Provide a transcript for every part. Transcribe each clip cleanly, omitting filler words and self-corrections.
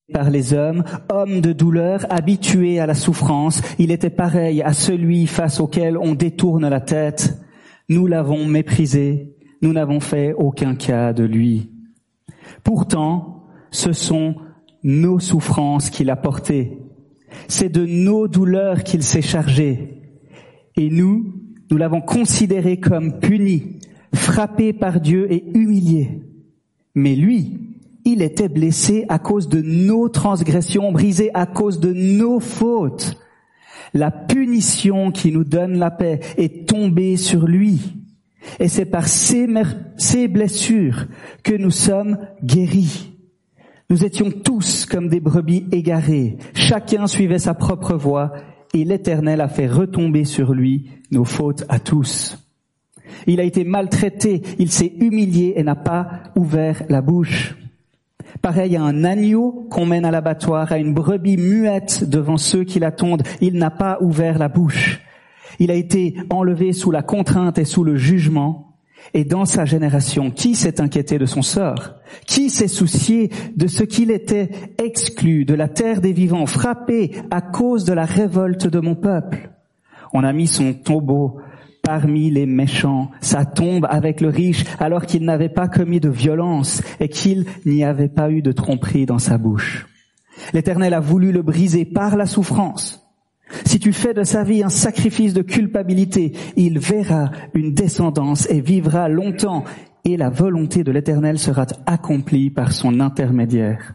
par les hommes, homme de douleur, habitué à la souffrance, il était pareil à celui face auquel on détourne la tête. Nous l'avons méprisé, nous n'avons fait aucun cas de lui. Pourtant, ce sont nos souffrances qu'il a portées. C'est de nos douleurs qu'il s'est chargé. Et nous l'avons considéré comme puni, frappé par Dieu et humilié. Mais lui, il était blessé à cause de nos transgressions, brisé à cause de nos fautes. La punition qui nous donne la paix est tombée sur lui. Et c'est par ces blessures que nous sommes guéris. Nous étions tous comme des brebis égarées. Chacun suivait sa propre voie et l'Éternel a fait retomber sur lui nos fautes à tous. Il a été maltraité, il s'est humilié et n'a pas ouvert la bouche. Pareil à un agneau qu'on mène à l'abattoir, à une brebis muette devant ceux qui l'attendent, il n'a pas ouvert la bouche. Il a été enlevé sous la contrainte et sous le jugement. Et dans sa génération, qui s'est inquiété de son sort? Qui s'est soucié de ce qu'il était exclu de la terre des vivants, frappé à cause de la révolte de mon peuple? On a mis son tombeau parmi les méchants, sa tombe avec le riche, alors qu'il n'avait pas commis de violence et qu'il n'y avait pas eu de tromperie dans sa bouche. L'Éternel a voulu le briser par la souffrance. Si tu fais de sa vie un sacrifice de culpabilité, il verra une descendance et vivra longtemps, et la volonté de l'Éternel sera accomplie par son intermédiaire.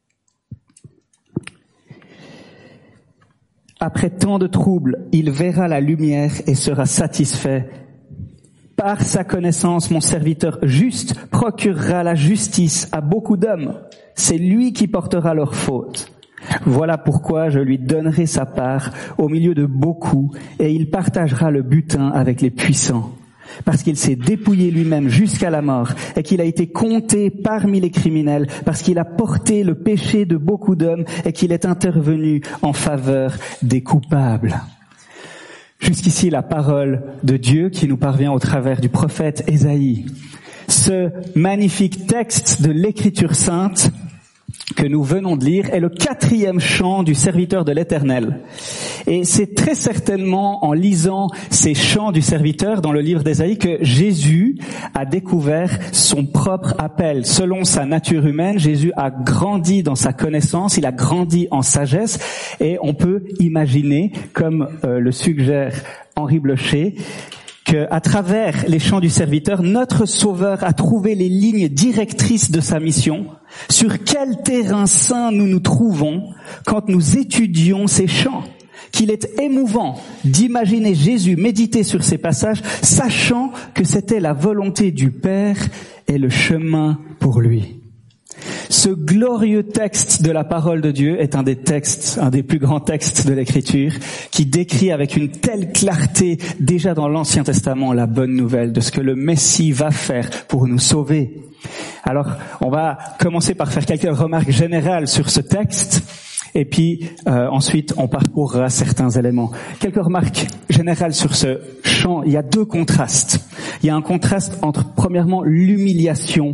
Après tant de troubles, il verra la lumière et sera satisfait. Par sa connaissance, mon serviteur juste procurera la justice à beaucoup d'hommes. C'est lui qui portera leurs fautes. Voilà pourquoi je lui donnerai sa part au milieu de beaucoup, et il partagera le butin avec les puissants. Parce qu'il s'est dépouillé lui-même jusqu'à la mort, et qu'il a été compté parmi les criminels, parce qu'il a porté le péché de beaucoup d'hommes, et qu'il est intervenu en faveur des coupables. Jusqu'ici, la parole de Dieu qui nous parvient au travers du prophète Ésaïe. Ce magnifique texte de l'Écriture sainte que nous venons de lire est le 4e chant du serviteur de l'Éternel. Et c'est très certainement en lisant ces chants du serviteur dans le livre d'Ésaïe que Jésus a découvert son propre appel. Selon sa nature humaine, Jésus a grandi dans sa connaissance, il a grandi en sagesse, et on peut imaginer, comme le suggère Henri Blocher, qu'à travers les chants du serviteur, notre Sauveur a trouvé les lignes directrices de sa mission. Sur quel terrain saint nous nous trouvons quand nous étudions ces chants? Qu'il est émouvant d'imaginer Jésus méditer sur ces passages, sachant que c'était la volonté du Père et le chemin pour lui. Ce glorieux texte de la parole de Dieu est un des plus grands textes de l'Écriture, qui décrit avec une telle clarté, déjà dans l'Ancien Testament, la bonne nouvelle de ce que le Messie va faire pour nous sauver. Alors, on va commencer par faire quelques remarques générales sur ce texte, et puis ensuite on parcourra certains éléments. Quelques remarques générales sur ce chant. Il y a deux contrastes. Il y a un contraste entre, premièrement, l'humiliation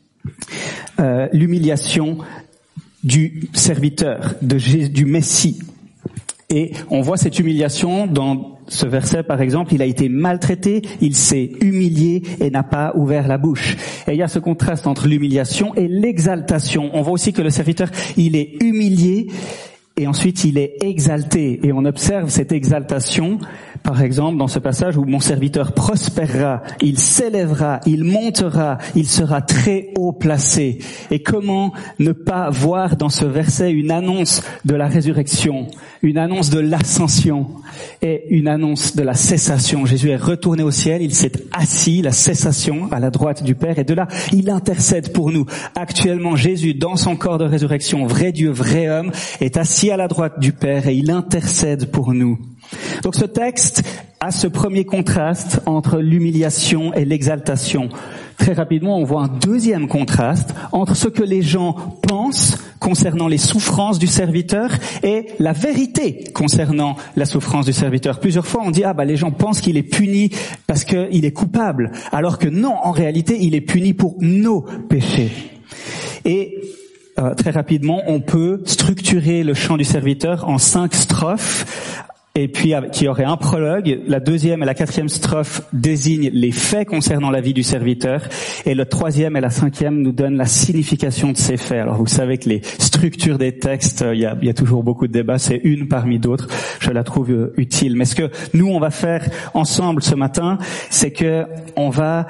du serviteur, du Messie. Et on voit cette humiliation dans ce verset, par exemple, il a été maltraité, il s'est humilié et n'a pas ouvert la bouche. Et il y a ce contraste entre l'humiliation et l'exaltation. On voit aussi que le serviteur, il est humilié et ensuite il est exalté. Et on observe cette exaltation, par exemple, dans ce passage où mon serviteur prospérera, il s'élèvera, il montera, il sera très haut placé. Et comment ne pas voir dans ce verset une annonce de la résurrection, une annonce de l'ascension et une annonce de la cessation. Jésus est retourné au ciel, il s'est assis, la cessation à la droite du Père, et de là, il intercède pour nous. Actuellement, Jésus, dans son corps de résurrection, vrai Dieu, vrai homme, est assis à la droite du Père et il intercède pour nous. Donc ce texte a ce premier contraste entre l'humiliation et l'exaltation. Très rapidement, on voit un deuxième contraste entre ce que les gens pensent concernant les souffrances du serviteur et la vérité concernant la souffrance du serviteur. Plusieurs fois, on dit les gens pensent qu'il est puni parce qu'il est coupable, alors que non, en réalité, il est puni pour nos péchés. Et très rapidement, on peut structurer le chant du serviteur en 5 strophes, et puis qui aurait un prologue. La 2e et la 4e strophe désignent les faits concernant la vie du serviteur, et le 3e et la 5e nous donnent la signification de ces faits. Alors vous savez que les structures des textes, il y a toujours beaucoup de débats, c'est une parmi d'autres, je la trouve utile. Mais ce que nous on va faire ensemble ce matin, c'est que on va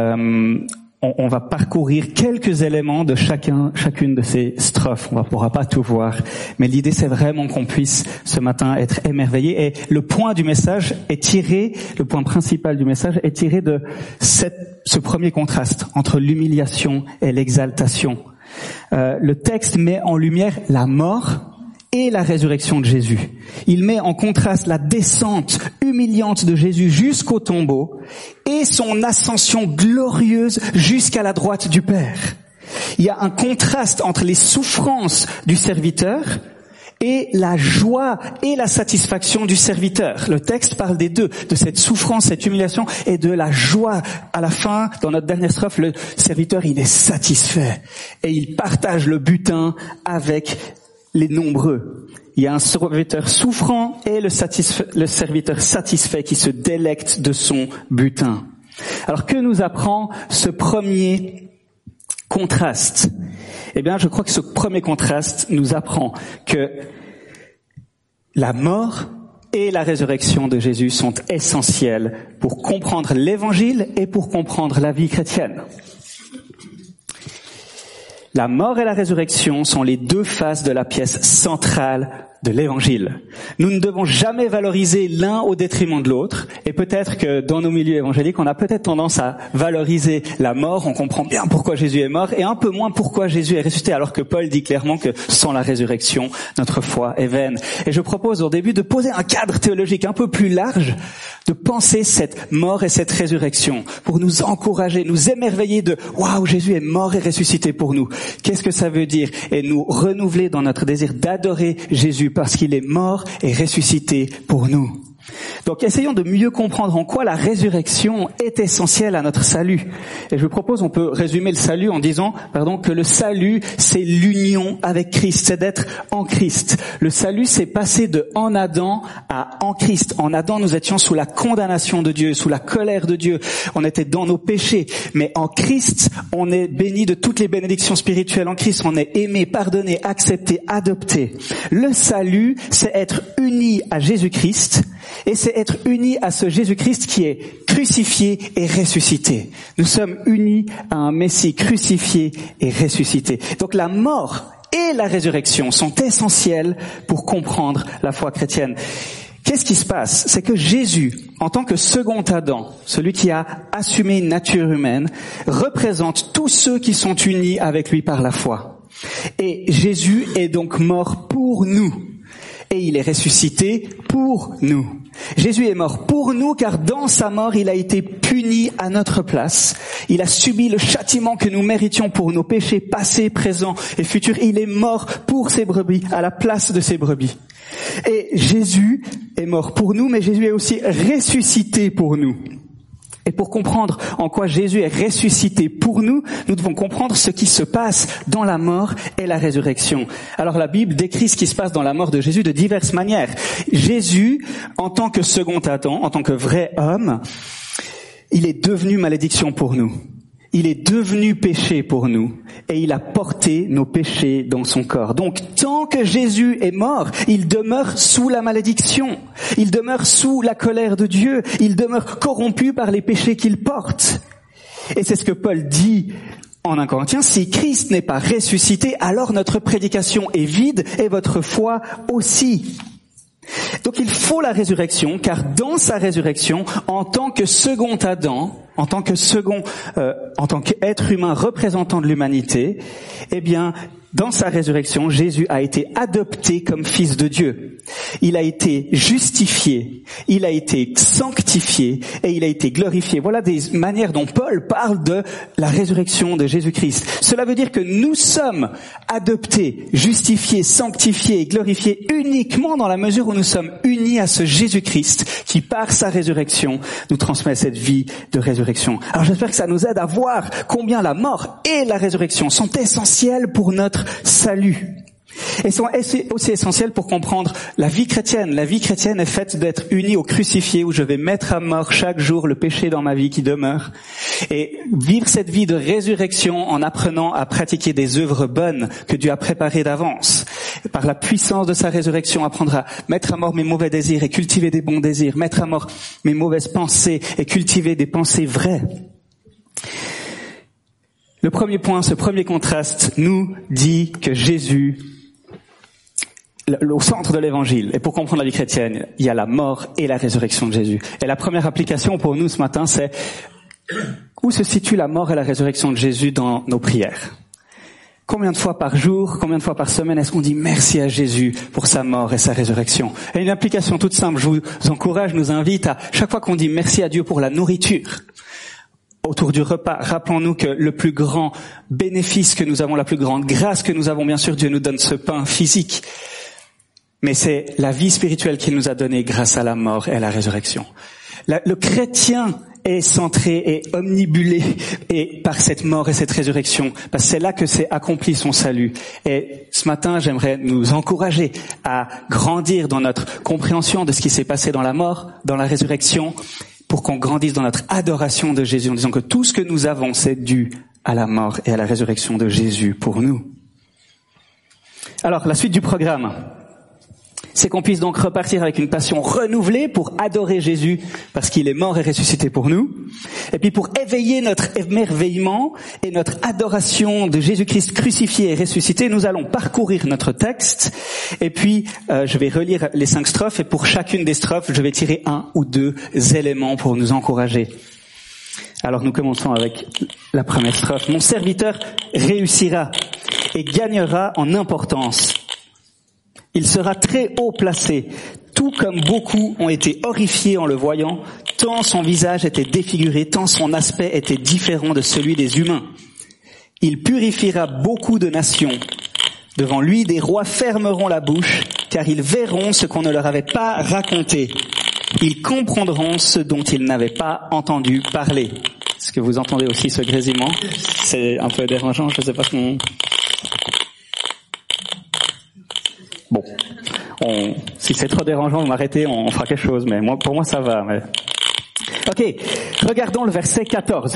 parcourir quelques éléments de chacune de ces strophes. On ne pourra pas tout voir, mais l'idée c'est vraiment qu'on puisse ce matin être émerveillé. Et le point principal du message est tiré de ce premier contraste entre l'humiliation et l'exaltation. Le texte met en lumière la mort et la résurrection de Jésus. Il met en contraste la descente humiliante de Jésus jusqu'au tombeau et son ascension glorieuse jusqu'à la droite du Père. Il y a un contraste entre les souffrances du serviteur et la joie et la satisfaction du serviteur. Le texte parle des deux, de cette souffrance, cette humiliation et de la joie. À la fin, dans notre dernière strophe, le serviteur, il est satisfait et il partage le butin avec les nombreux. Il y a un serviteur souffrant et le serviteur satisfait qui se délecte de son butin. Alors que nous apprend ce premier contraste? Eh bien, je crois que ce premier contraste nous apprend que la mort et la résurrection de Jésus sont essentielles pour comprendre l'évangile et pour comprendre la vie chrétienne. La mort et la résurrection sont les deux faces de la pièce centrale de l'évangile. Nous ne devons jamais valoriser l'un au détriment de l'autre, et peut-être que dans nos milieux évangéliques, on a peut-être tendance à valoriser la mort, on comprend bien pourquoi Jésus est mort, et un peu moins pourquoi Jésus est ressuscité, alors que Paul dit clairement que sans la résurrection, notre foi est vaine. Et je propose au début de poser un cadre théologique un peu plus large, de penser cette mort et cette résurrection, pour nous encourager, nous émerveiller de « Waouh, Jésus est mort et ressuscité pour nous ». Qu'est-ce que ça veut dire? Et nous renouveler dans notre désir d'adorer Jésus parce qu'il est mort et ressuscité pour nous. Donc essayons de mieux comprendre en quoi la résurrection est essentielle à notre salut. Et je vous propose, on peut résumer le salut en disant, que le salut, c'est l'union avec Christ, c'est d'être en Christ. Le salut, c'est passer de en Adam à en Christ. En Adam, nous étions sous la condamnation de Dieu, sous la colère de Dieu. On était dans nos péchés. Mais en Christ, on est béni de toutes les bénédictions spirituelles. En Christ, on est aimé, pardonné, accepté, adopté. Le salut, c'est être uni à Jésus-Christ. Et c'est être unis à ce Jésus-Christ qui est crucifié et ressuscité. Nous sommes unis à un Messie crucifié et ressuscité. Donc la mort et la résurrection sont essentielles pour comprendre la foi chrétienne. Qu'est-ce qui se passe? C'est que Jésus, en tant que second Adam, celui qui a assumé une nature humaine, représente tous ceux qui sont unis avec lui par la foi. Et Jésus est donc mort pour nous. Et il est ressuscité pour nous. Jésus est mort pour nous car dans sa mort, il a été puni à notre place. Il a subi le châtiment que nous méritions pour nos péchés passés, présents et futurs. Il est mort pour ses brebis, à la place de ses brebis. Et Jésus est mort pour nous, mais Jésus est aussi ressuscité pour nous. Et pour comprendre en quoi Jésus est ressuscité pour nous, nous devons comprendre ce qui se passe dans la mort et la résurrection. Alors la Bible décrit ce qui se passe dans la mort de Jésus de diverses manières. Jésus, en tant que second Adam, en tant que vrai homme, il est devenu malédiction pour nous. Il est devenu péché pour nous et il a porté nos péchés dans son corps. Donc, tant que Jésus est mort, il demeure sous la malédiction. Il demeure sous la colère de Dieu. Il demeure corrompu par les péchés qu'il porte. Et c'est ce que Paul dit en 1 Corinthiens. Si Christ n'est pas ressuscité, alors notre prédication est vide et votre foi aussi. Donc il faut la résurrection, car dans sa résurrection, en tant que second Adam, en tant qu'être humain représentant de l'humanité, eh bien, dans sa résurrection, Jésus a été adopté comme fils de Dieu. Il a été justifié, il a été sanctifié et il a été glorifié. Voilà des manières dont Paul parle de la résurrection de Jésus-Christ. Cela veut dire que nous sommes adoptés, justifiés, sanctifiés et glorifiés uniquement dans la mesure où nous sommes unis à ce Jésus-Christ qui, par sa résurrection, nous transmet cette vie de résurrection. résurrection. Alors j'espère que ça nous aide à voir combien la mort et la résurrection sont essentielles pour notre salut. Et sont aussi essentiels pour comprendre la vie chrétienne. La vie chrétienne est faite d'être unie au crucifié où je vais mettre à mort chaque jour le péché dans ma vie qui demeure. Et vivre cette vie de résurrection en apprenant à pratiquer des œuvres bonnes que Dieu a préparées d'avance. Par la puissance de sa résurrection, apprendre à mettre à mort mes mauvais désirs et cultiver des bons désirs. Mettre à mort mes mauvaises pensées et cultiver des pensées vraies. Le premier point, ce premier contraste, nous dit que Jésus, au centre de l'évangile, et pour comprendre la vie chrétienne, il y a la mort et la résurrection de Jésus. Et la première application pour nous ce matin, c'est où se situe la mort et la résurrection de Jésus dans nos prières? Combien de fois par jour, combien de fois par semaine est-ce qu'on dit merci à Jésus pour sa mort et sa résurrection? Et une application toute simple, je vous encourage, nous invite à, chaque fois qu'on dit merci à Dieu pour la nourriture, autour du repas, rappelons-nous que le plus grand bénéfice que nous avons, la plus grande grâce que nous avons, bien sûr, Dieu nous donne ce pain physique. Mais c'est la vie spirituelle qu'il nous a donnée grâce à la mort et à la résurrection. Le chrétien est centré et omnibulé par cette mort et cette résurrection, parce que c'est là que s'est accompli son salut. Et ce matin, j'aimerais nous encourager à grandir dans notre compréhension de ce qui s'est passé dans la mort, dans la résurrection, pour qu'on grandisse dans notre adoration de Jésus, en disant que tout ce que nous avons, c'est dû à la mort et à la résurrection de Jésus pour nous. Alors, la suite du programme, c'est qu'on puisse donc repartir avec une passion renouvelée pour adorer Jésus parce qu'il est mort et ressuscité pour nous. Et puis pour éveiller notre émerveillement et notre adoration de Jésus-Christ crucifié et ressuscité, nous allons parcourir notre texte. Et puis je vais relire les 5 strophes et pour chacune des strophes, je vais tirer 1 ou 2 éléments pour nous encourager. Alors nous commençons avec la première strophe. Mon serviteur réussira et gagnera en importance. Il sera très haut placé, tout comme beaucoup ont été horrifiés en le voyant, tant son visage était défiguré, tant son aspect était différent de celui des humains. Il purifiera beaucoup de nations. Devant lui, des rois fermeront la bouche, car ils verront ce qu'on ne leur avait pas raconté. Ils comprendront ce dont ils n'avaient pas entendu parler. Est-ce que vous entendez aussi ce grésillement? C'est un peu dérangeant, je ne sais pas si Bon, si c'est trop dérangeant, vous m'arrêtez, on fera quelque chose, mais pour moi ça va. Mais... Ok, regardons le verset 14.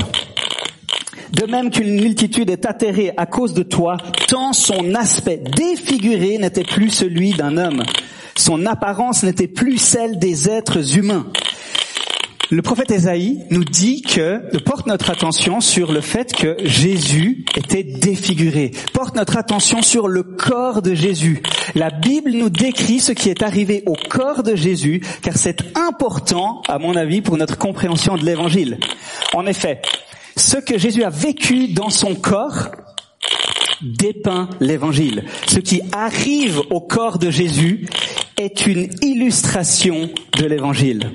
De même qu'une multitude est atterrée à cause de toi, tant son aspect défiguré n'était plus celui d'un homme. Son apparence n'était plus celle des êtres humains. Le prophète Ésaïe nous dit porte notre attention sur le fait que Jésus était défiguré. Porte notre attention sur le corps de Jésus. La Bible nous décrit ce qui est arrivé au corps de Jésus, car c'est important, à mon avis, pour notre compréhension de l'Évangile. En effet, ce que Jésus a vécu dans son corps dépeint l'Évangile. Ce qui arrive au corps de Jésus est une illustration de l'Évangile.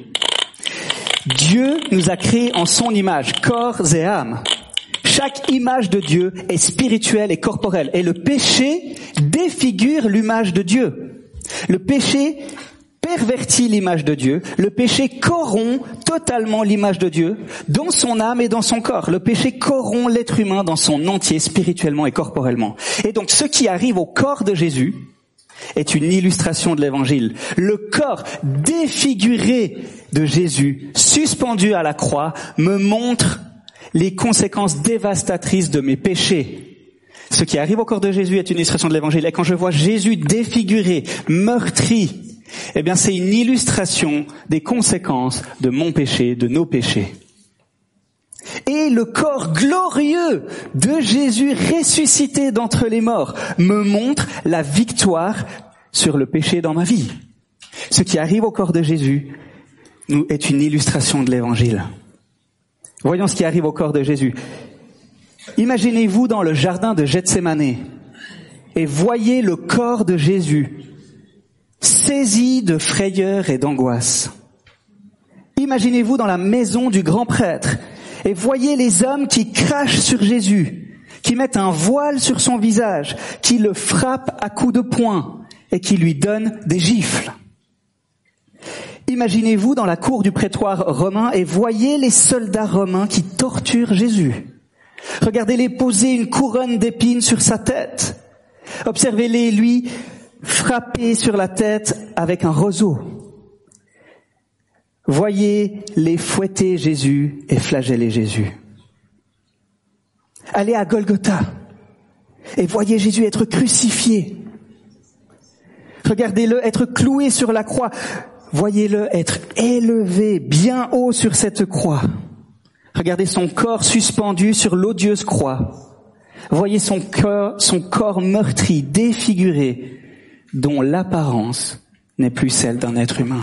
Dieu nous a créés en son image, corps et âme. Chaque image de Dieu est spirituelle et corporelle. Et le péché défigure l'image de Dieu. Le péché pervertit l'image de Dieu. Le péché corrompt totalement l'image de Dieu dans son âme et dans son corps. Le péché corrompt l'être humain dans son entier, spirituellement et corporellement. Et donc ce qui arrive au corps de Jésus est une illustration de l'Évangile. Le corps défiguré de Jésus, suspendu à la croix, me montre les conséquences dévastatrices de mes péchés. Ce qui arrive au corps de Jésus est une illustration de l'Évangile. Et quand je vois Jésus défiguré, meurtri, eh bien c'est une illustration des conséquences de mon péché, de nos péchés. Et le corps glorieux de Jésus ressuscité d'entre les morts me montre la victoire sur le péché dans ma vie. Ce qui arrive au corps de Jésus est une illustration de l'Évangile. Voyons ce qui arrive au corps de Jésus. Imaginez-vous dans le jardin de Gethsémane et voyez le corps de Jésus saisi de frayeur et d'angoisse. Imaginez-vous dans la maison du grand prêtre et voyez les hommes qui crachent sur Jésus, qui mettent un voile sur son visage, qui le frappent à coups de poing et qui lui donnent des gifles. Imaginez-vous dans la cour du prétoire romain et voyez les soldats romains qui torturent Jésus. Regardez-les poser une couronne d'épines sur sa tête. Observez-les, lui, frapper sur la tête avec un roseau. Voyez-les fouetter Jésus et flageller Jésus. Allez à Golgotha et voyez Jésus être crucifié. Regardez-le être cloué sur la croix. Voyez-le être élevé bien haut sur cette croix. Regardez son corps suspendu sur l'odieuse croix. Voyez son corps meurtri, défiguré, dont l'apparence n'est plus celle d'un être humain.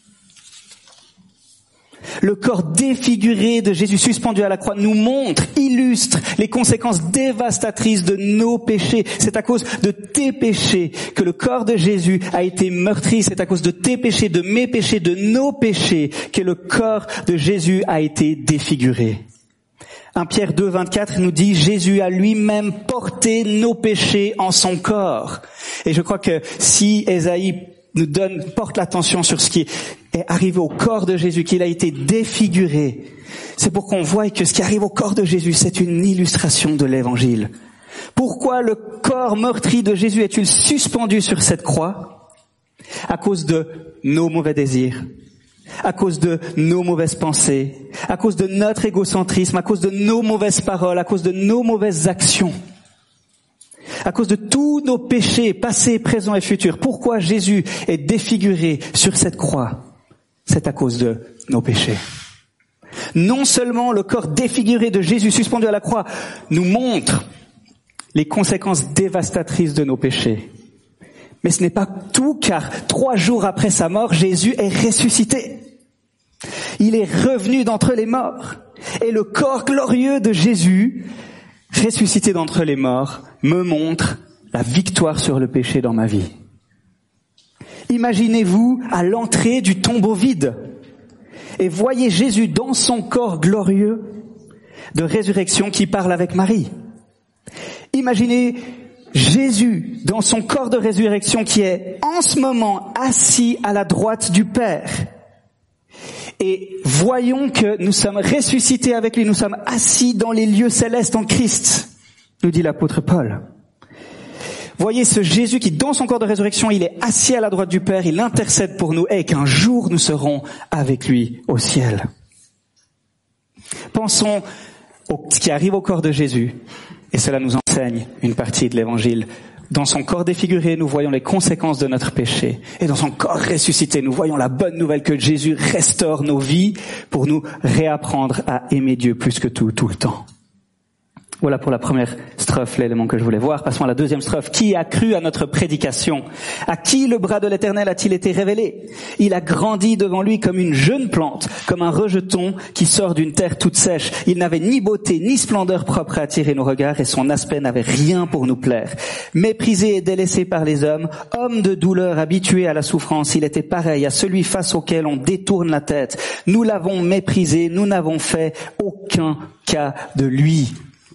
Le corps défiguré de Jésus suspendu à la croix nous montre, illustre les conséquences dévastatrices de nos péchés. C'est à cause de tes péchés que le corps de Jésus a été meurtri. C'est à cause de tes péchés, de mes péchés, de nos péchés que le corps de Jésus a été défiguré. 1 Pierre 2, 24 nous dit « Jésus a lui-même porté nos péchés en son corps ». Et je crois que si Ésaïe porte l'attention sur ce qui est arrivé au corps de Jésus, qu'il a été défiguré, c'est pour qu'on voie que ce qui arrive au corps de Jésus, c'est une illustration de l'évangile. Pourquoi le corps meurtri de Jésus est-il suspendu sur cette croix? À cause de nos mauvais désirs, à cause de nos mauvaises pensées, à cause de notre égocentrisme, à cause de nos mauvaises paroles, à cause de nos mauvaises actions. À cause de tous nos péchés, passés, présents et futurs. Pourquoi Jésus est défiguré sur cette croix? C'est à cause de nos péchés. Non seulement le corps défiguré de Jésus suspendu à la croix nous montre les conséquences dévastatrices de nos péchés, mais ce n'est pas tout, car 3 jours après sa mort, Jésus est ressuscité. Il est revenu d'entre les morts. Et le corps glorieux de Jésus, ressuscité d'entre les morts, me montre la victoire sur le péché dans ma vie. Imaginez-vous à l'entrée du tombeau vide et voyez Jésus dans son corps glorieux de résurrection qui parle avec Marie. Imaginez Jésus dans son corps de résurrection qui est en ce moment assis à la droite du Père. Et voyons que nous sommes ressuscités avec lui, nous sommes assis dans les lieux célestes en Christ, nous dit l'apôtre Paul. Voyez ce Jésus qui, dans son corps de résurrection, il est assis à la droite du Père, il intercède pour nous et qu'un jour nous serons avec lui au ciel. Pensons à ce qui arrive au corps de Jésus et cela nous enseigne une partie de l'évangile. Dans son corps défiguré, nous voyons les conséquences de notre péché. Et dans son corps ressuscité, nous voyons la bonne nouvelle que Jésus restaure nos vies pour nous réapprendre à aimer Dieu plus que tout le temps. Voilà pour la première strophe, l'élément que je voulais voir. Passons à la deuxième strophe. Qui a cru à notre prédication? À qui le bras de l'Éternel a-t-il été révélé? Il a grandi devant lui comme une jeune plante, comme un rejeton qui sort d'une terre toute sèche. Il n'avait ni beauté ni splendeur propre à attirer nos regards et son aspect n'avait rien pour nous plaire. Méprisé et délaissé par les hommes, homme de douleur, habitué à la souffrance, il était pareil à celui face auquel on détourne la tête. Nous l'avons méprisé, nous n'avons fait aucun cas de lui.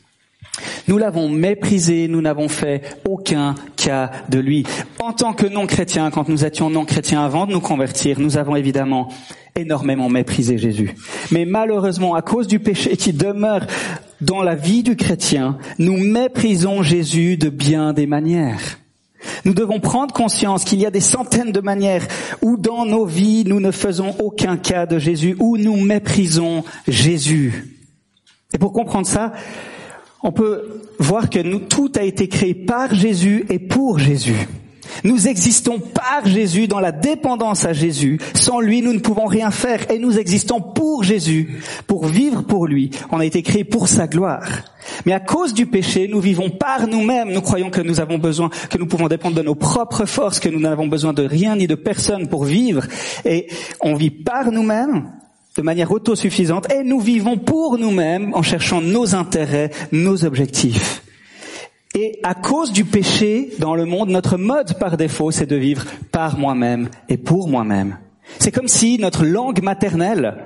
Nous l'avons méprisé, nous n'avons fait aucun cas de lui. En tant que non-chrétiens, quand nous étions non-chrétiens avant de nous convertir, nous avons évidemment énormément méprisé Jésus. Mais malheureusement, à cause du péché qui demeure dans la vie du chrétien, nous méprisons Jésus de bien des manières. Nous devons prendre conscience qu'il y a des centaines de manières où dans nos vies, nous ne faisons aucun cas de Jésus, où nous méprisons Jésus. Et pour comprendre ça, on peut voir que tout a été créé par Jésus et pour Jésus. Nous existons par Jésus, dans la dépendance à Jésus. Sans lui, nous ne pouvons rien faire. Et nous existons pour Jésus, pour vivre pour lui. On a été créés pour sa gloire. Mais à cause du péché, nous vivons par nous-mêmes. Nous croyons que nous avons besoin, que nous pouvons dépendre de nos propres forces, que nous n'avons besoin de rien ni de personne pour vivre. Et on vit par nous-mêmes, de manière autosuffisante, et nous vivons pour nous-mêmes en cherchant nos intérêts, nos objectifs. Et à cause du péché dans le monde, notre mode par défaut, c'est de vivre par moi-même et pour moi-même. C'est comme si notre langue maternelle,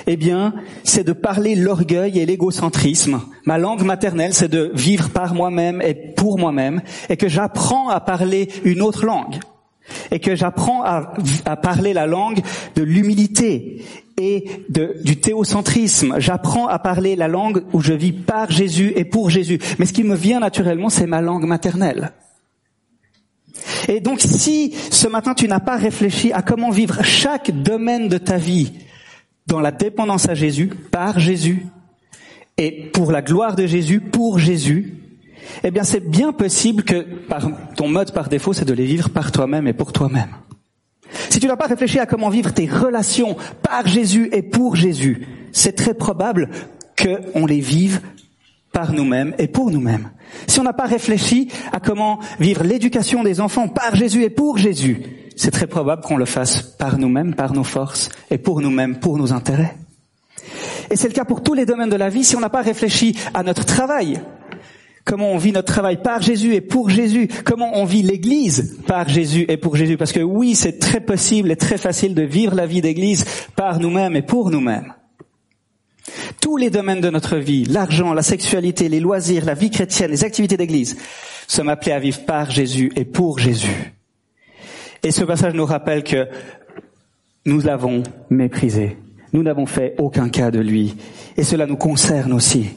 c'est de parler l'orgueil et l'égocentrisme. Ma langue maternelle, c'est de vivre par moi-même et pour moi-même, et que j'apprends à parler une autre langue. et que j'apprends à parler la langue de l'humilité et du théocentrisme. J'apprends à parler la langue où je vis par Jésus et pour Jésus. Mais ce qui me vient naturellement, c'est ma langue maternelle. Et donc, si ce matin tu n'as pas réfléchi à comment vivre chaque domaine de ta vie dans la dépendance à Jésus, par Jésus, et pour la gloire de Jésus, pour Jésus, eh bien c'est bien possible que ton mode par défaut, c'est de les vivre par toi-même et pour toi-même. Si tu n'as pas réfléchi à comment vivre tes relations par Jésus et pour Jésus, c'est très probable qu'on les vive par nous-mêmes et pour nous-mêmes. Si on n'a pas réfléchi à comment vivre l'éducation des enfants par Jésus et pour Jésus, c'est très probable qu'on le fasse par nous-mêmes, par nos forces et pour nous-mêmes, pour nos intérêts. Et c'est le cas pour tous les domaines de la vie. Si on n'a pas réfléchi à notre travail, comment on vit notre travail par Jésus et pour Jésus, comment on vit l'Église par Jésus et pour Jésus, parce que oui, c'est très possible et très facile de vivre la vie d'Église par nous-mêmes et pour nous-mêmes. Tous les domaines de notre vie, l'argent, la sexualité, les loisirs, la vie chrétienne, les activités d'église, sommes appelés à vivre par Jésus et pour Jésus. Et ce passage nous rappelle que nous l'avons méprisé. Nous n'avons fait aucun cas de lui. Et cela nous concerne aussi.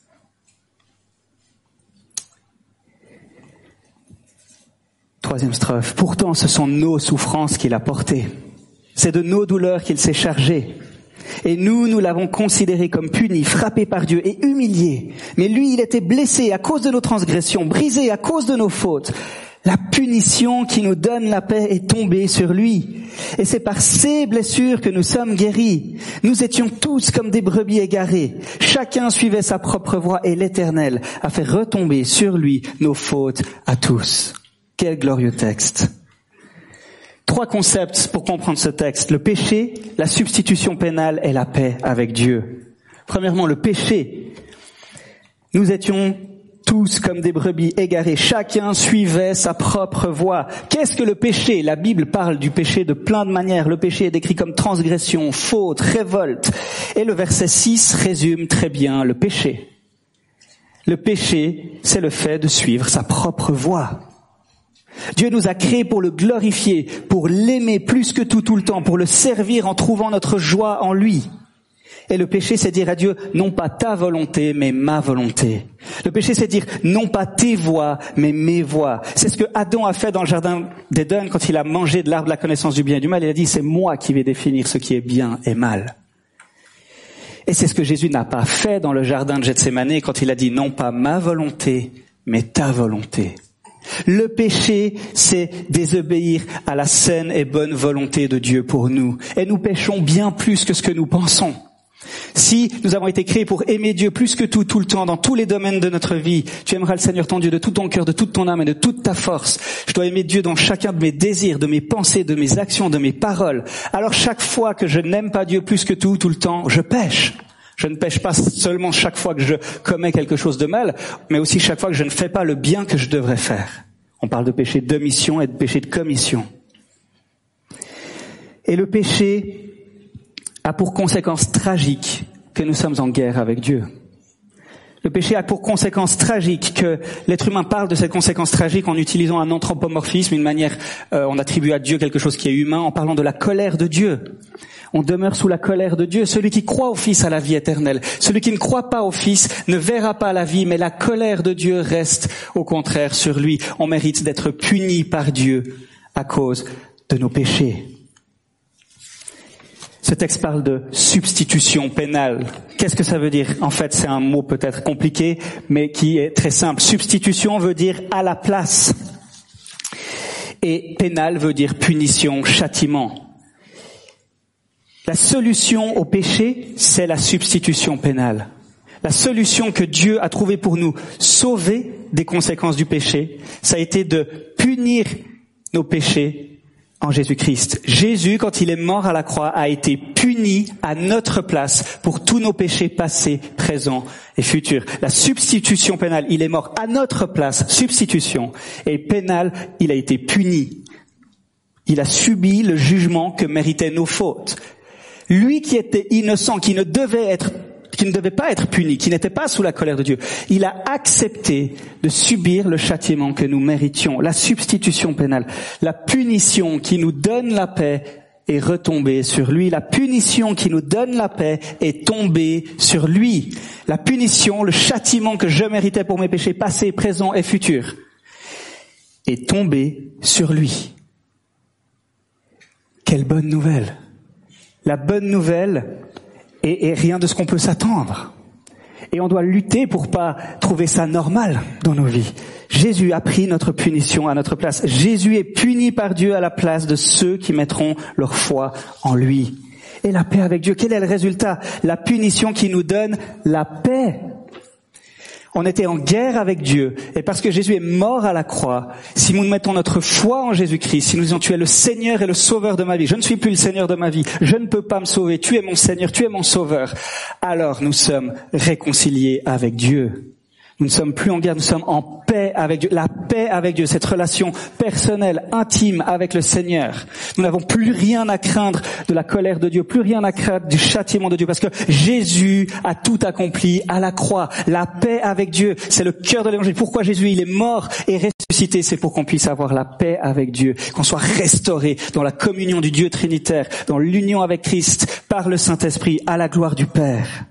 Troisième strophe. Pourtant, ce sont nos souffrances qu'il a portées. C'est de nos douleurs qu'il s'est chargé. Et nous l'avons considéré comme puni, frappé par Dieu et humilié. Mais lui, il était blessé à cause de nos transgressions, brisé à cause de nos fautes. La punition qui nous donne la paix est tombée sur lui. Et c'est par ses blessures que nous sommes guéris. Nous étions tous comme des brebis égarées. Chacun suivait sa propre voie et l'Éternel a fait retomber sur lui nos fautes à tous. Quel glorieux texte. 3 concepts pour comprendre ce texte. Le péché, la substitution pénale et la paix avec Dieu. Premièrement, le péché. Nous étions tous comme des brebis égarées. Chacun suivait sa propre voie. Qu'est-ce que le péché? La Bible parle du péché de plein de manières. Le péché est décrit comme transgression, faute, révolte. Et le verset 6 résume très bien le péché. Le péché, c'est le fait de suivre sa propre voie. Dieu nous a créés pour le glorifier, pour l'aimer plus que tout le temps, pour le servir en trouvant notre joie en lui. Et le péché, c'est dire à Dieu, non pas ta volonté, mais ma volonté. Le péché, c'est dire, non pas tes voies, mais mes voies. C'est ce que Adam a fait dans le jardin d'Éden quand il a mangé de l'arbre de la connaissance du bien et du mal. Il a dit, c'est moi qui vais définir ce qui est bien et mal. Et c'est ce que Jésus n'a pas fait dans le jardin de Gethsémani quand il a dit, non pas ma volonté, mais ta volonté. Le péché, c'est désobéir à la saine et bonne volonté de Dieu pour nous. Et nous péchons bien plus que ce que nous pensons. Si nous avons été créés pour aimer Dieu plus que tout le temps, dans tous les domaines de notre vie, tu aimeras le Seigneur ton Dieu de tout ton cœur, de toute ton âme et de toute ta force. Je dois aimer Dieu dans chacun de mes désirs, de mes pensées, de mes actions, de mes paroles. Alors chaque fois que je n'aime pas Dieu plus que tout le temps, je pêche. Je ne pêche pas seulement chaque fois que je commets quelque chose de mal, mais aussi chaque fois que je ne fais pas le bien que je devrais faire. On parle de péché d'omission et de péché de commission. Et le péché a pour conséquence tragique que nous sommes en guerre avec Dieu. Le péché a pour conséquence tragique que l'être humain parle de cette conséquence tragique en utilisant un anthropomorphisme, une manière, on attribue à Dieu quelque chose qui est humain, en parlant de la colère de Dieu. On demeure sous la colère de Dieu. Celui qui croit au Fils a la vie éternelle. Celui qui ne croit pas au Fils ne verra pas la vie, mais la colère de Dieu reste au contraire sur lui. On mérite d'être puni par Dieu à cause de nos péchés. Ce texte parle de substitution pénale. Qu'est-ce que ça veut dire? En fait, c'est un mot peut-être compliqué, mais qui est très simple. Substitution veut dire à la place. Et pénal veut dire punition, châtiment. La solution au péché, c'est la substitution pénale. La solution que Dieu a trouvée pour nous sauver des conséquences du péché, ça a été de punir nos péchés en Jésus-Christ. Jésus, quand il est mort à la croix, a été puni à notre place pour tous nos péchés passés, présents et futurs. La substitution pénale, il est mort à notre place, substitution. Et pénal, il a été puni. Il a subi le jugement que méritaient nos fautes. Lui qui était innocent, qui qui ne devait pas être puni, qui n'était pas sous la colère de Dieu. Il a accepté de subir le châtiment que nous méritions, la substitution pénale, la punition qui nous donne la paix est retombée sur lui. La punition qui nous donne la paix est tombée sur lui. La punition, le châtiment que je méritais pour mes péchés passés, présents et futurs est tombé sur lui. Quelle bonne nouvelle! La bonne nouvelle est rien de ce qu'on peut s'attendre. Et on doit lutter pour pas trouver ça normal dans nos vies. Jésus a pris notre punition à notre place. Jésus est puni par Dieu à la place de ceux qui mettront leur foi en lui. Et la paix avec Dieu, quel est le résultat? La punition qui nous donne la paix. On était en guerre avec Dieu, et parce que Jésus est mort à la croix, si nous mettons notre foi en Jésus-Christ, si nous disons tu es le Seigneur et le Sauveur de ma vie, je ne suis plus le Seigneur de ma vie, je ne peux pas me sauver, tu es mon Seigneur, tu es mon Sauveur, alors nous sommes réconciliés avec Dieu. Nous ne sommes plus en guerre, nous sommes en paix avec Dieu. La paix avec Dieu, cette relation personnelle, intime avec le Seigneur. Nous n'avons plus rien à craindre de la colère de Dieu, plus rien à craindre du châtiment de Dieu, parce que Jésus a tout accompli à la croix. La paix avec Dieu, c'est le cœur de l'évangile. Pourquoi Jésus, il est mort et ressuscité? C'est pour qu'on puisse avoir la paix avec Dieu, qu'on soit restauré dans la communion du Dieu Trinitaire, dans l'union avec Christ, par le Saint-Esprit, à la gloire du Père.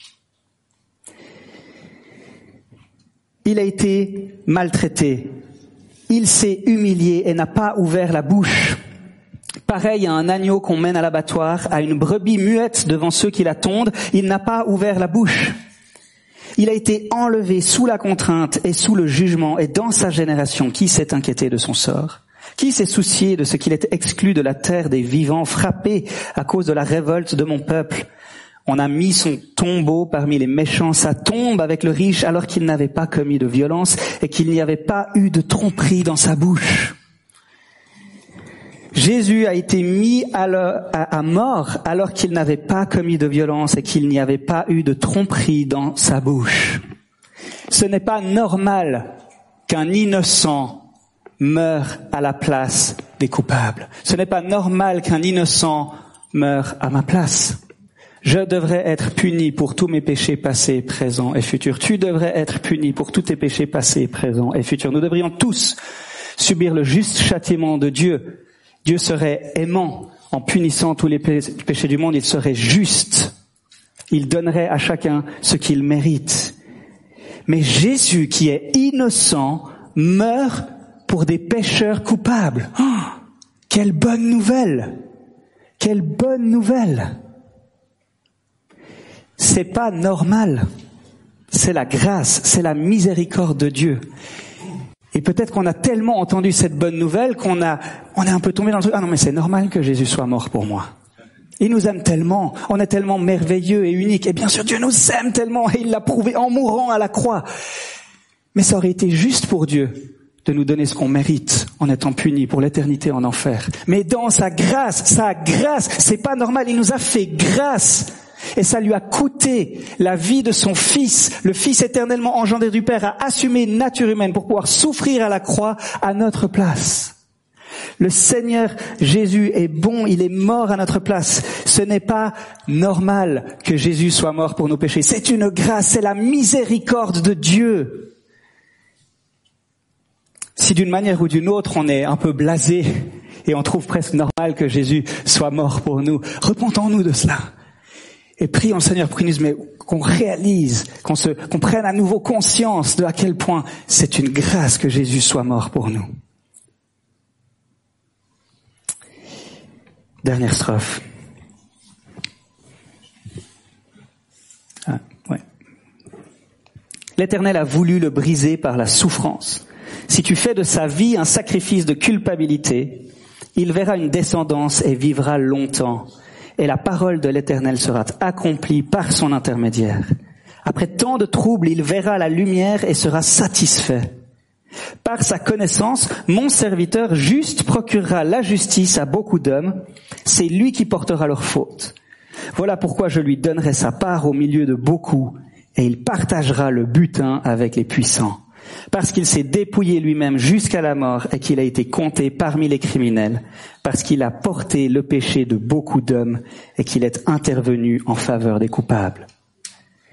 Il a été maltraité. Il s'est humilié et n'a pas ouvert la bouche. Pareil à un agneau qu'on mène à l'abattoir, à une brebis muette devant ceux qui la tondent, il n'a pas ouvert la bouche. Il a été enlevé sous la contrainte et sous le jugement, et dans sa génération, qui s'est inquiété de son sort? Qui s'est soucié de ce qu'il était exclu de la terre des vivants, frappé à cause de la révolte de mon peuple? On a mis son tombeau parmi les méchants, sa tombe avec le riche, alors qu'il n'avait pas commis de violence et qu'il n'y avait pas eu de tromperie dans sa bouche. Jésus a été mis à mort alors qu'il n'avait pas commis de violence et qu'il n'y avait pas eu de tromperie dans sa bouche. Ce n'est pas normal qu'un innocent meure à la place des coupables. Ce n'est pas normal qu'un innocent meure à ma place. Je devrais être puni pour tous mes péchés passés, présents et futurs. Tu devrais être puni pour tous tes péchés passés, présents et futurs. Nous devrions tous subir le juste châtiment de Dieu. Dieu serait aimant en punissant tous les péchés du monde. Il serait juste. Il donnerait à chacun ce qu'il mérite. Mais Jésus, qui est innocent, meurt pour des pécheurs coupables. Oh, quelle bonne nouvelle! Quelle bonne nouvelle! C'est pas normal. C'est la grâce, c'est la miséricorde de Dieu. Et peut-être qu'on a tellement entendu cette bonne nouvelle qu'on est un peu tombé dans le truc. Ah non, mais c'est normal que Jésus soit mort pour moi. Il nous aime tellement, on est tellement merveilleux et unique. Et bien sûr, Dieu nous aime tellement et il l'a prouvé en mourant à la croix. Mais ça aurait été juste pour Dieu de nous donner ce qu'on mérite en étant punis pour l'éternité en enfer. Mais dans sa grâce, c'est pas normal. Il nous a fait grâce. Et ça lui a coûté la vie de son Fils. Le Fils éternellement engendré du Père a assumé une nature humaine pour pouvoir souffrir à la croix à notre place. Le Seigneur Jésus est bon, il est mort à notre place. Ce n'est pas normal que Jésus soit mort pour nos péchés. C'est une grâce, c'est la miséricorde de Dieu. Si d'une manière ou d'une autre on est un peu blasé et on trouve presque normal que Jésus soit mort pour nous, repentons-nous de cela. Et prions le Seigneur pour qu'on réalise, qu'on prenne à nouveau conscience de à quel point c'est une grâce que Jésus soit mort pour nous. Dernière strophe. L'Éternel a voulu le briser par la souffrance. Si tu fais de sa vie un sacrifice de culpabilité, il verra une descendance et vivra longtemps. Et la parole de l'Éternel sera accomplie par son intermédiaire. Après tant de troubles, il verra la lumière et sera satisfait. Par sa connaissance, mon serviteur juste procurera la justice à beaucoup d'hommes. C'est lui qui portera leurs fautes. Voilà pourquoi je lui donnerai sa part au milieu de beaucoup, et il partagera le butin avec les puissants. Parce qu'il s'est dépouillé lui-même jusqu'à la mort et qu'il a été compté parmi les criminels, parce qu'il a porté le péché de beaucoup d'hommes et qu'il est intervenu en faveur des coupables.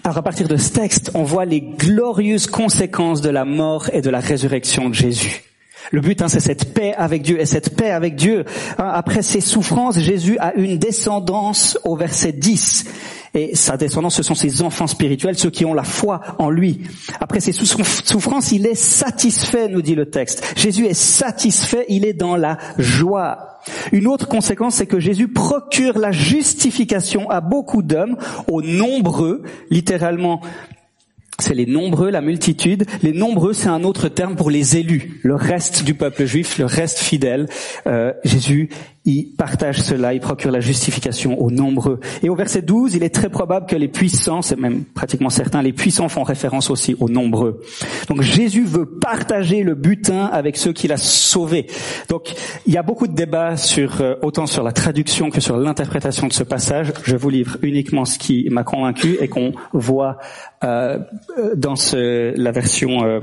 Alors à partir de ce texte, on voit les glorieuses conséquences de la mort et de la résurrection de Jésus. Le but, c'est cette paix avec Dieu. Et cette paix avec Dieu, après ses souffrances, Jésus a une descendance au verset 10. Et sa descendance, ce sont ses enfants spirituels, ceux qui ont la foi en lui. Après ses souffrances, il est satisfait, nous dit le texte. Jésus est satisfait, il est dans la joie. Une autre conséquence, c'est que Jésus procure la justification à beaucoup d'hommes, aux nombreux, littéralement. C'est les nombreux, la multitude. Les nombreux, c'est un autre terme pour les élus, le reste du peuple juif, le reste fidèle. Jésus, il partage cela, il procure la justification aux nombreux. Et au verset 12, il est très probable que les puissants, c'est même pratiquement certain, les puissants font référence aussi aux nombreux. Donc Jésus veut partager le butin avec ceux qu'il a sauvés. Donc il y a beaucoup de débats autant sur la traduction que sur l'interprétation de ce passage. Je vous livre uniquement ce qui m'a convaincu et qu'on voit dans la version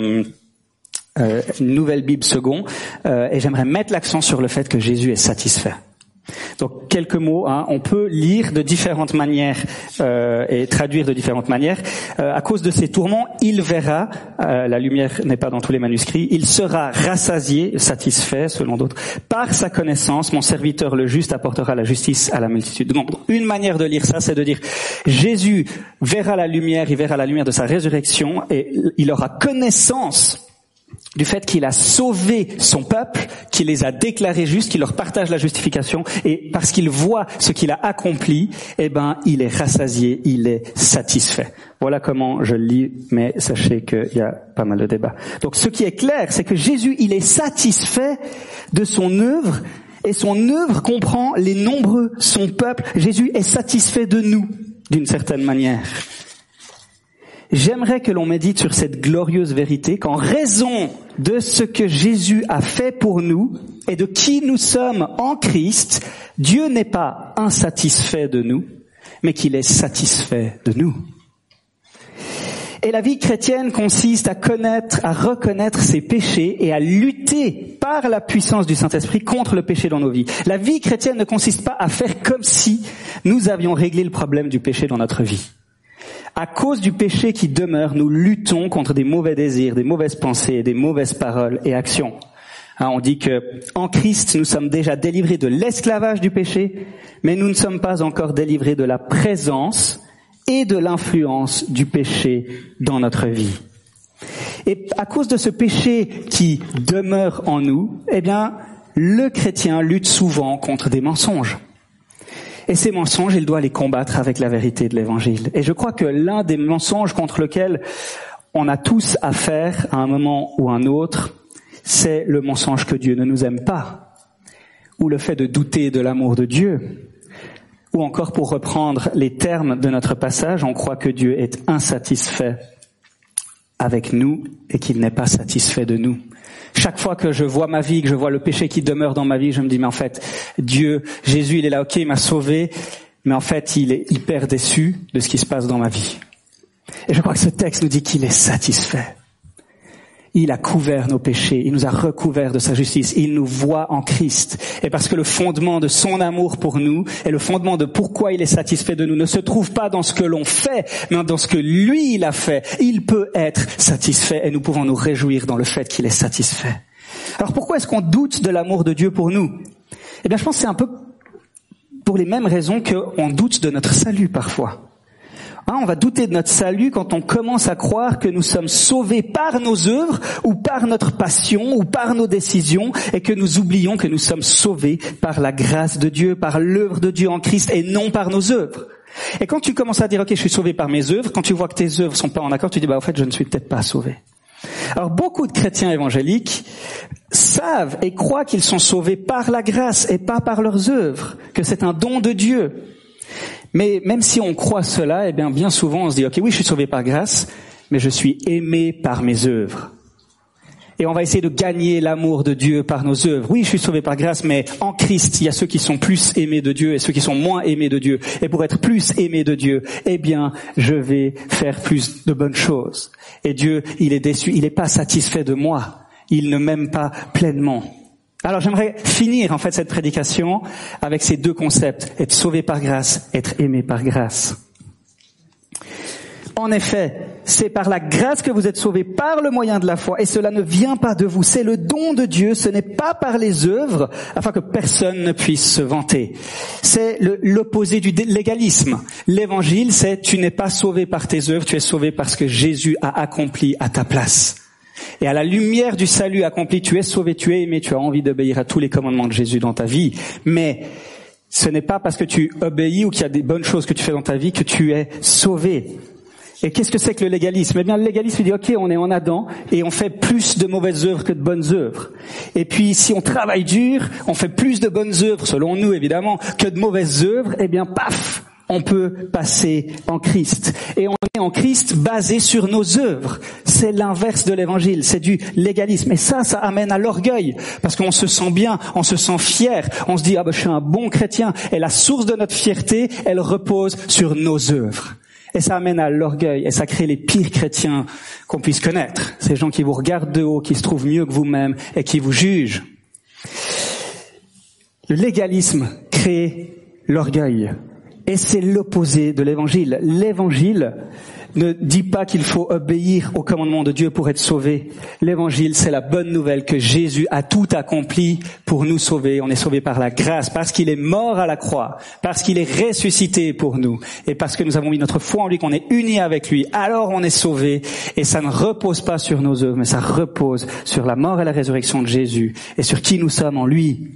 Nouvelle Bible Second, et j'aimerais mettre l'accent sur le fait que Jésus est satisfait. Donc quelques mots, on peut lire de différentes manières et traduire de différentes manières. À cause de ses tourments, il verra, la lumière n'est pas dans tous les manuscrits, il sera rassasié, satisfait selon d'autres, par sa connaissance, mon serviteur le juste apportera la justice à la multitude. Donc une manière de lire ça, c'est de dire Jésus verra la lumière, il verra la lumière de sa résurrection et il aura connaissance du fait qu'il a sauvé son peuple, qu'il les a déclarés justes, qu'il leur partage la justification, et parce qu'il voit ce qu'il a accompli, il est rassasié, il est satisfait. Voilà comment je le lis, mais sachez qu'il y a pas mal de débats. Donc ce qui est clair, c'est que Jésus, il est satisfait de son œuvre, et son œuvre comprend les nombreux, son peuple. Jésus est satisfait de nous, d'une certaine manière. J'aimerais que l'on médite sur cette glorieuse vérité qu'en raison de ce que Jésus a fait pour nous et de qui nous sommes en Christ, Dieu n'est pas insatisfait de nous, mais qu'il est satisfait de nous. Et la vie chrétienne consiste à reconnaître ses péchés et à lutter par la puissance du Saint-Esprit contre le péché dans nos vies. La vie chrétienne ne consiste pas à faire comme si nous avions réglé le problème du péché dans notre vie. À cause du péché qui demeure, nous luttons contre des mauvais désirs, des mauvaises pensées, des mauvaises paroles et actions. On dit que en Christ, nous sommes déjà délivrés de l'esclavage du péché, mais nous ne sommes pas encore délivrés de la présence et de l'influence du péché dans notre vie. Et à cause de ce péché qui demeure en nous, le chrétien lutte souvent contre des mensonges. Et ces mensonges, il doit les combattre avec la vérité de l'Évangile. Et je crois que l'un des mensonges contre lequel on a tous affaire à un moment ou un autre, c'est le mensonge que Dieu ne nous aime pas, ou le fait de douter de l'amour de Dieu, ou encore pour reprendre les termes de notre passage, on croit que Dieu est insatisfait avec nous et qu'il n'est pas satisfait de nous. Chaque fois que je vois ma vie, que je vois le péché qui demeure dans ma vie, je me dis, mais en fait, Dieu, Jésus, il est là, ok, il m'a sauvé, mais en fait, il est hyper déçu de ce qui se passe dans ma vie. Et je crois que ce texte nous dit qu'il est satisfait. Il a couvert nos péchés, il nous a recouverts de sa justice, il nous voit en Christ. Et parce que le fondement de son amour pour nous et le fondement de pourquoi il est satisfait de nous ne se trouve pas dans ce que l'on fait, mais dans ce que lui, il a fait, il peut être satisfait et nous pouvons nous réjouir dans le fait qu'il est satisfait. Alors pourquoi est-ce qu'on doute de l'amour de Dieu pour nous ? Je pense que c'est un peu pour les mêmes raisons qu'on doute de notre salut parfois. On va douter de notre salut quand on commence à croire que nous sommes sauvés par nos œuvres ou par notre passion ou par nos décisions et que nous oublions que nous sommes sauvés par la grâce de Dieu, par l'œuvre de Dieu en Christ et non par nos œuvres. Et quand tu commences à dire « Ok, je suis sauvé par mes œuvres », quand tu vois que tes œuvres sont pas en accord, tu dis « En fait, je ne suis peut-être pas sauvé ». Alors beaucoup de chrétiens évangéliques savent et croient qu'ils sont sauvés par la grâce et pas par leurs œuvres, que c'est un don de Dieu. Mais même si on croit cela, bien souvent on se dit, ok, oui, je suis sauvé par grâce, mais je suis aimé par mes œuvres. Et on va essayer de gagner l'amour de Dieu par nos œuvres. Oui, je suis sauvé par grâce, mais en Christ, il y a ceux qui sont plus aimés de Dieu et ceux qui sont moins aimés de Dieu. Et pour être plus aimé de Dieu, je vais faire plus de bonnes choses. Et Dieu, il est déçu, il n'est pas satisfait de moi. Il ne m'aime pas pleinement. Alors j'aimerais finir cette prédication avec ces deux concepts, être sauvé par grâce, être aimé par grâce. En effet, c'est par la grâce que vous êtes sauvés par le moyen de la foi, et cela ne vient pas de vous, c'est le don de Dieu, ce n'est pas par les œuvres, afin que personne ne puisse se vanter. C'est l'opposé du légalisme. L'évangile, c'est tu n'es pas sauvé par tes œuvres, tu es sauvé parce que Jésus a accompli à ta place. Et à la lumière du salut accompli, tu es sauvé, tu es aimé, tu as envie d'obéir à tous les commandements de Jésus dans ta vie. Mais ce n'est pas parce que tu obéis ou qu'il y a des bonnes choses que tu fais dans ta vie que tu es sauvé. Et qu'est-ce que c'est que le légalisme? Eh bien, le légalisme dit, ok, on est en Adam et on fait plus de mauvaises œuvres que de bonnes œuvres. Et puis, si on travaille dur, on fait plus de bonnes œuvres, selon nous évidemment, que de mauvaises œuvres, eh bien, paf, on peut passer en Christ. Et on est en Christ basé sur nos œuvres. C'est l'inverse de l'évangile, c'est du légalisme. Et ça amène à l'orgueil, parce qu'on se sent bien, on se sent fier, on se dit, je suis un bon chrétien. Et la source de notre fierté, elle repose sur nos œuvres. Et ça amène à l'orgueil, et ça crée les pires chrétiens qu'on puisse connaître. Ces gens qui vous regardent de haut, qui se trouvent mieux que vous-même, et qui vous jugent. Le légalisme crée l'orgueil. Et c'est l'opposé de l'évangile. L'évangile ne dit pas qu'il faut obéir au commandement de Dieu pour être sauvé. L'évangile, c'est la bonne nouvelle que Jésus a tout accompli pour nous sauver. On est sauvé par la grâce, parce qu'il est mort à la croix, parce qu'il est ressuscité pour nous, et parce que nous avons mis notre foi en lui, qu'on est unis avec lui. Alors on est sauvé, et ça ne repose pas sur nos œuvres, mais ça repose sur la mort et la résurrection de Jésus, et sur qui nous sommes en lui.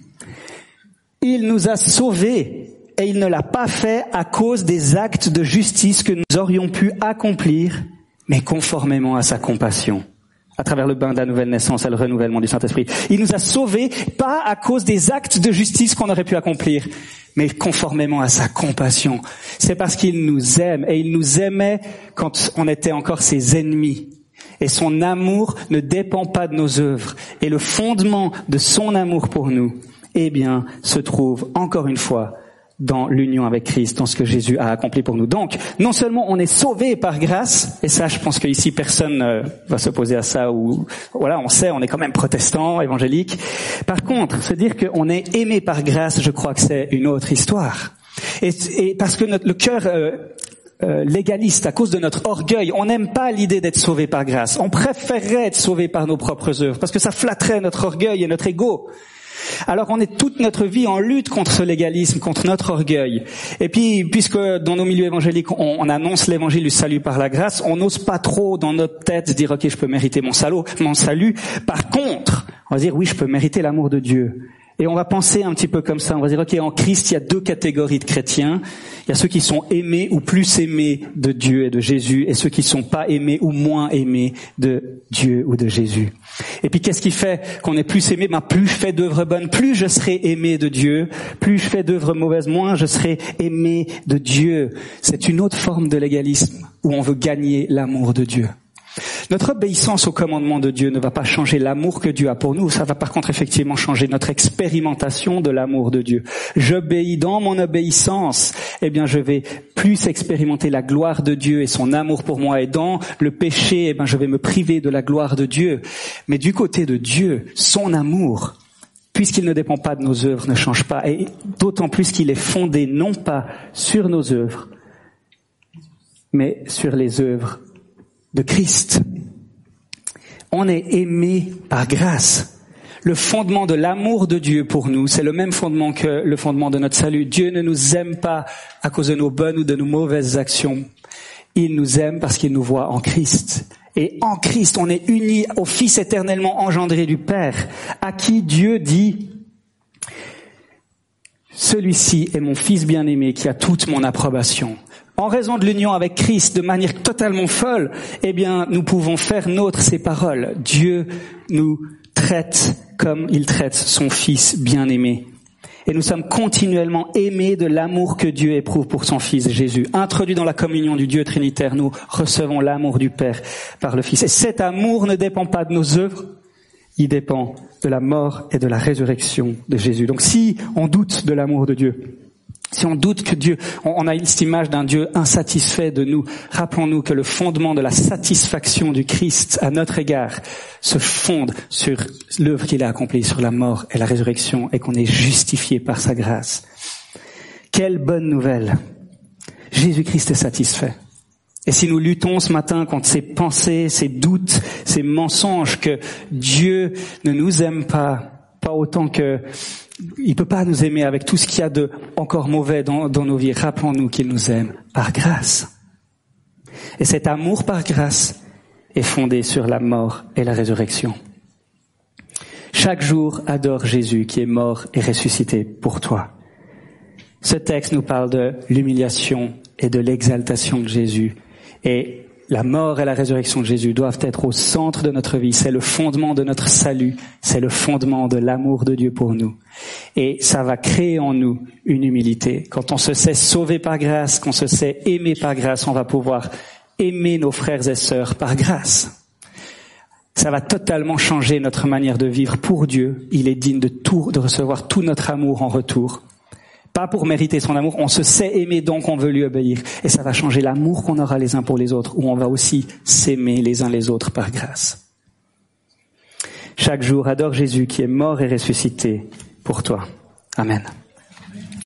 Il nous a sauvés. Et il ne l'a pas fait à cause des actes de justice que nous aurions pu accomplir, mais conformément à sa compassion, à travers le bain de la nouvelle naissance et le renouvellement du Saint-Esprit. Il nous a sauvés, pas à cause des actes de justice qu'on aurait pu accomplir, mais conformément à sa compassion. C'est parce qu'il nous aime, et il nous aimait quand on était encore ses ennemis. Et son amour ne dépend pas de nos œuvres. Et le fondement de son amour pour nous, eh bien, se trouve encore une fois dans l'union avec Christ, dans ce que Jésus a accompli pour nous. Donc, non seulement on est sauvé par grâce, et ça, je pense qu'ici personne va s'opposer à ça, ou voilà, on sait, on est quand même protestant, évangélique. Par contre, se dire qu'on est aimé par grâce, je crois que c'est une autre histoire. Et parce que le cœur légaliste, à cause de notre orgueil, on n'aime pas l'idée d'être sauvé par grâce. On préférerait être sauvé par nos propres œuvres, parce que ça flatterait notre orgueil et notre ego. Alors on est toute notre vie en lutte contre ce légalisme, contre notre orgueil. Et puis, puisque dans nos milieux évangéliques, on annonce l'évangile du salut par la grâce, on n'ose pas trop dans notre tête dire « Ok, je peux mériter mon salut ». Par contre, on va dire « Oui, je peux mériter l'amour de Dieu ». Et on va penser un petit peu comme ça, on va dire, ok, en Christ, il y a deux catégories de chrétiens. Il y a ceux qui sont aimés ou plus aimés de Dieu et de Jésus, et ceux qui sont pas aimés ou moins aimés de Dieu ou de Jésus. Et puis, qu'est-ce qui fait qu'on est plus aimé? Plus je fais d'œuvres bonnes, plus je serai aimé de Dieu. Plus je fais d'œuvres mauvaises, moins je serai aimé de Dieu. C'est une autre forme de légalisme, où on veut gagner l'amour de Dieu. Notre obéissance au commandement de Dieu ne va pas changer l'amour que Dieu a pour nous. Ça va par contre effectivement changer notre expérimentation de l'amour de Dieu. J'obéis dans mon obéissance, eh bien je vais plus expérimenter la gloire de Dieu et son amour pour moi. Et dans le péché, eh bien je vais me priver de la gloire de Dieu. Mais du côté de Dieu, son amour, puisqu'il ne dépend pas de nos œuvres, ne change pas. Et d'autant plus qu'il est fondé non pas sur nos œuvres, mais sur les œuvres de Christ. On est aimé par grâce. Le fondement de l'amour de Dieu pour nous, c'est le même fondement que le fondement de notre salut. Dieu ne nous aime pas à cause de nos bonnes ou de nos mauvaises actions. Il nous aime parce qu'il nous voit en Christ. Et en Christ, on est unis au Fils éternellement engendré du Père, à qui Dieu dit « Celui-ci est mon Fils bien-aimé qui a toute mon approbation ». En raison de l'union avec Christ, de manière totalement folle, eh bien, nous pouvons faire nôtres ces paroles. Dieu nous traite comme il traite son Fils bien-aimé. Et nous sommes continuellement aimés de l'amour que Dieu éprouve pour son Fils Jésus. Introduits dans la communion du Dieu Trinitaire, nous recevons l'amour du Père par le Fils. Et cet amour ne dépend pas de nos œuvres, il dépend de la mort et de la résurrection de Jésus. Donc si on doute de l'amour de Dieu, si on doute que Dieu, on a cette image d'un Dieu insatisfait de nous, rappelons-nous que le fondement de la satisfaction du Christ à notre égard se fonde sur l'œuvre qu'il a accomplie, sur la mort et la résurrection, et qu'on est justifié par sa grâce. Quelle bonne nouvelle! Jésus-Christ est satisfait. Et si nous luttons ce matin contre ces pensées, ces doutes, ces mensonges que Dieu ne nous aime pas autant que il peut pas nous aimer avec tout ce qu'il y a de encore mauvais dans nos vies, rappelons-nous qu'il nous aime par grâce. Et cet amour par grâce est fondé sur la mort et la résurrection. Chaque jour, adore Jésus qui est mort et ressuscité pour toi. Ce texte nous parle de l'humiliation et de l'exaltation de Jésus. Et la mort et la résurrection de Jésus doivent être au centre de notre vie. C'est le fondement de notre salut. C'est le fondement de l'amour de Dieu pour nous. Et ça va créer en nous une humilité. Quand on se sait sauvé par grâce, qu'on se sait aimé par grâce, on va pouvoir aimer nos frères et sœurs par grâce. Ça va totalement changer notre manière de vivre pour Dieu. Il est digne de recevoir tout notre amour en retour. Pas pour mériter son amour, on se sait aimer donc on veut lui obéir. Et ça va changer l'amour qu'on aura les uns pour les autres, où on va aussi s'aimer les uns les autres par grâce. Chaque jour, adore Jésus qui est mort et ressuscité pour toi. Amen.